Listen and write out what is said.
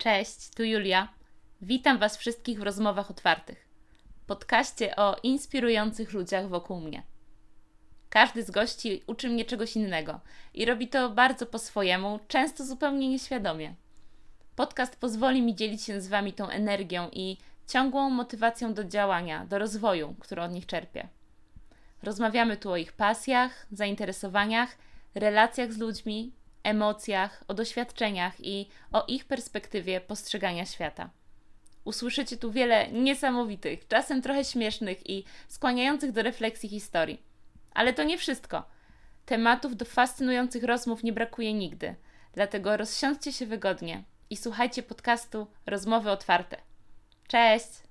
Cześć, tu Julia. Witam Was wszystkich w Rozmowach Otwartych, podcaście o inspirujących ludziach wokół mnie. Każdy z gości uczy mnie czegoś innego i robi to bardzo po swojemu, często zupełnie nieświadomie. Podcast pozwoli mi dzielić się z Wami tą energią i ciągłą motywacją do działania, do rozwoju, którą od nich czerpię. Rozmawiamy tu o ich pasjach, zainteresowaniach, relacjach z ludźmi, emocjach, o doświadczeniach i o ich perspektywie postrzegania świata. Usłyszycie tu wiele niesamowitych, czasem trochę śmiesznych i skłaniających do refleksji historii. Ale to nie wszystko. Tematów do fascynujących rozmów nie brakuje nigdy, dlatego rozsiądźcie się wygodnie i słuchajcie podcastu Rozmowy Otwarte. Cześć!